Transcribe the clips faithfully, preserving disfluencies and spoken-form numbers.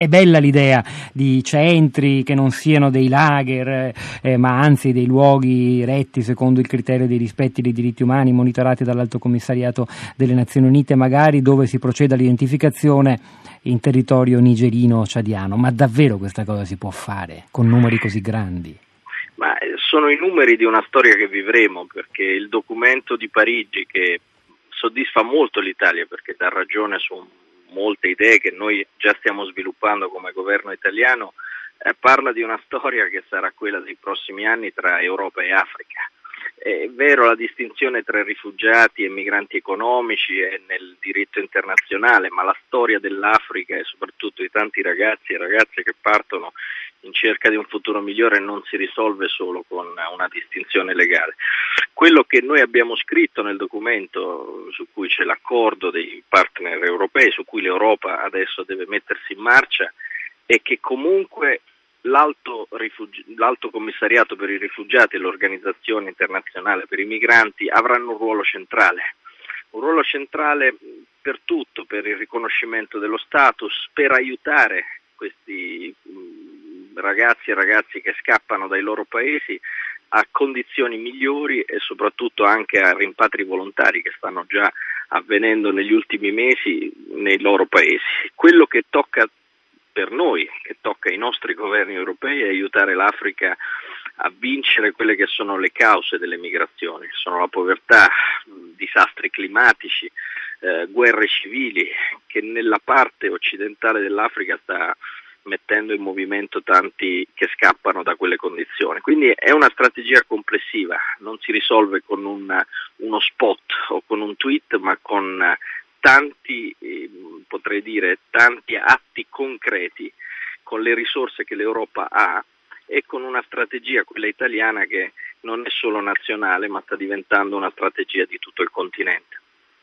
È bella l'idea di centri che non siano dei lager, eh, ma anzi dei luoghi retti secondo il criterio dei rispetti dei diritti umani, monitorati dall'Alto Commissariato delle Nazioni Unite, magari dove si proceda all'identificazione in territorio nigerino o ciadiano. Ma davvero questa cosa si può fare con numeri così grandi? Ma sono i numeri di una storia che vivremo, perché il documento di Parigi, che soddisfa molto l'Italia perché dà ragione su molte idee che noi già stiamo sviluppando come governo italiano, eh, parla di una storia che sarà quella dei prossimi anni tra Europa e Africa. È vero, la distinzione tra rifugiati e migranti economici è nel diritto internazionale, ma la storia dell'Africa e soprattutto di tanti ragazzi e ragazze che partono in cerca di un futuro migliore non si risolve solo con una distinzione legale. Quello che noi abbiamo scritto nel documento, su cui c'è l'accordo dei partner europei, su cui l'Europa adesso deve mettersi in marcia, è che comunque l'Alto, rifugi- l'Alto Commissariato per i Rifugiati e l'Organizzazione Internazionale per i Migranti avranno un ruolo centrale, un ruolo centrale per tutto, per il riconoscimento dello status, per aiutare questi mh, ragazzi e ragazzi che scappano dai loro paesi a condizioni migliori e soprattutto anche a rimpatri volontari che stanno già avvenendo negli ultimi mesi nei loro paesi. Quello che tocca per noi, che tocca ai nostri governi europei, è aiutare l'Africa a vincere quelle che sono le cause delle migrazioni, che sono la povertà, disastri climatici, eh, guerre civili, che nella parte occidentale dell'Africa sta mettendo in movimento tanti che scappano da quelle condizioni. Quindi è una strategia complessiva, non si risolve con un, uno spot o con un tweet, ma con tanti, eh, potrei dire, tanti atti concreti, con le risorse che l'Europa ha e con una strategia, quella italiana, che non è solo nazionale, ma sta diventando una strategia di tutto il continente.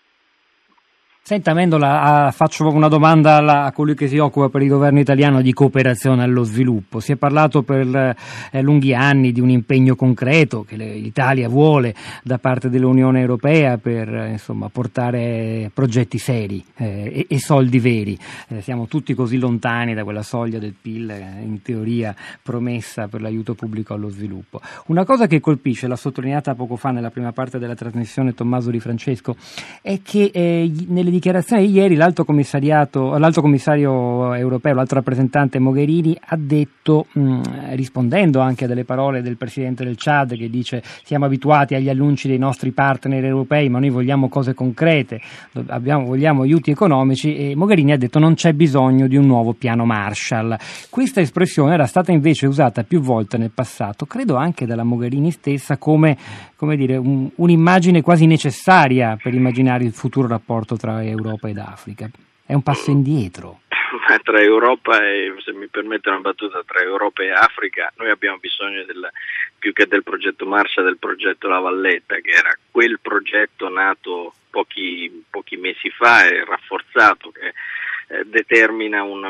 Senta Amendola, faccio una domanda alla, a colui che si occupa per il governo italiano di cooperazione allo sviluppo. Si è parlato per eh, lunghi anni di un impegno concreto che le, l'Italia vuole da parte dell'Unione Europea per eh, insomma portare progetti seri eh, e, e soldi veri. Eh, siamo tutti così lontani da quella soglia del P I L eh, in teoria promessa per l'aiuto pubblico allo sviluppo. Una cosa che colpisce, l'ha sottolineata poco fa nella prima parte della trasmissione Tommaso Di Francesco, è che eh, nelle dichiarazione di ieri l'alto commissariato, l'alto commissario europeo, l'altro rappresentante Mogherini ha detto, mh, rispondendo anche a delle parole del presidente del Chad che dice siamo abituati agli annunci dei nostri partner europei ma noi vogliamo cose concrete, abbiamo, vogliamo aiuti economici, e Mogherini ha detto non c'è bisogno di un nuovo piano Marshall. Questa espressione era stata invece usata più volte nel passato, credo anche dalla Mogherini stessa, come, come dire, un, un'immagine quasi necessaria per immaginare il futuro rapporto tra Europa ed Africa. È un passo indietro. Ma tra Europa e, se mi permette una battuta, tra Europa e Africa noi abbiamo bisogno del, più che del progetto Marshall, del progetto La Valletta, che era quel progetto nato pochi, pochi mesi fa e rafforzato, che eh, determina un,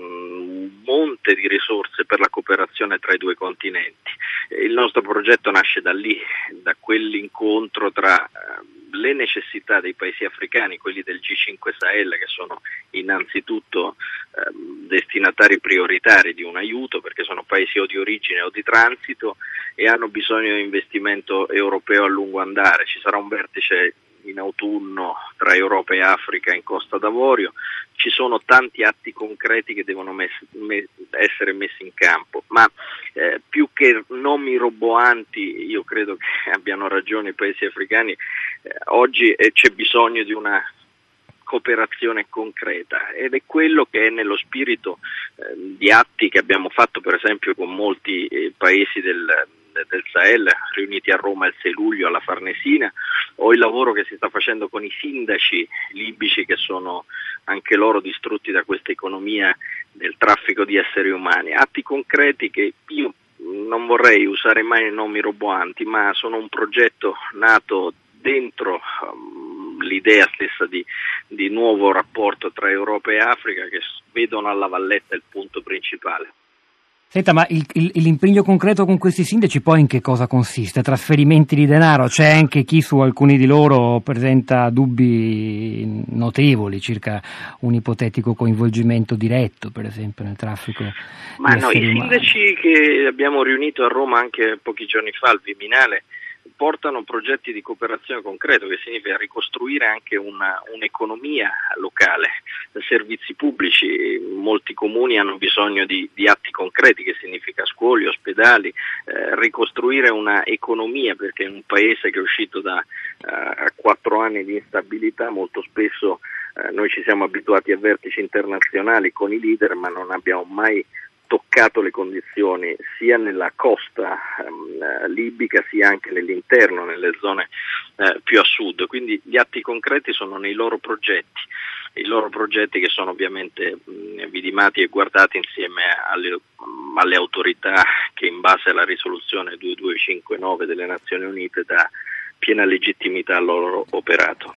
un monte di risorse per la cooperazione tra i due continenti. Il nostro progetto nasce da lì, da quell'incontro tra eh, le necessità dei paesi africani, quelli del G cinque Sahel, che sono innanzitutto ehm, destinatari prioritari di un aiuto perché sono paesi o di origine o di transito e hanno bisogno di investimento europeo a lungo andare. Ci sarà un vertice in autunno tra Europa e Africa in Costa d'Avorio. Ci sono tanti atti concreti che devono mess- me- essere messi in campo, ma eh, più che nomi roboanti, io credo che abbiano ragione i paesi africani, eh, oggi eh, c'è bisogno di una cooperazione concreta ed è quello che è nello spirito eh, di atti che abbiamo fatto per esempio con molti eh, paesi del del Sahel, riuniti a Roma il sei luglio alla Farnesina, o il lavoro che si sta facendo con i sindaci libici che sono anche loro distrutti da questa economia del traffico di esseri umani. Atti concreti che io non vorrei usare mai nomi roboanti, ma sono un progetto nato dentro um, l'idea stessa di, di nuovo rapporto tra Europa e Africa, che vedono alla Valletta il punto principale. Senta, ma il, il, l'impegno concreto con questi sindaci poi in che cosa consiste? Trasferimenti di denaro? C'è anche chi su alcuni di loro presenta dubbi notevoli circa un ipotetico coinvolgimento diretto, per esempio, nel traffico Ma di no, esseri i umani. sindaci che abbiamo riunito a Roma anche pochi giorni fa al Viminale portano progetti di cooperazione concreto, che significa ricostruire anche una, un'economia locale, servizi pubblici. Molti comuni hanno bisogno di, di atti concreti, che significa scuole, ospedali, eh, ricostruire una economia, perché in un paese che è uscito da uh, quattro anni di instabilità molto spesso uh, noi ci siamo abituati a vertici internazionali con i leader, ma non abbiamo mai toccato le condizioni sia nella costa um, libica sia anche nell'interno, nelle zone uh, più a sud. Quindi gli atti concreti sono nei loro progetti, i loro progetti che sono ovviamente mh, vidimati e guardati insieme alle, mh, alle autorità che in base alla risoluzione duemiladuecentocinquantanove delle Nazioni Unite dà piena legittimità al loro operato.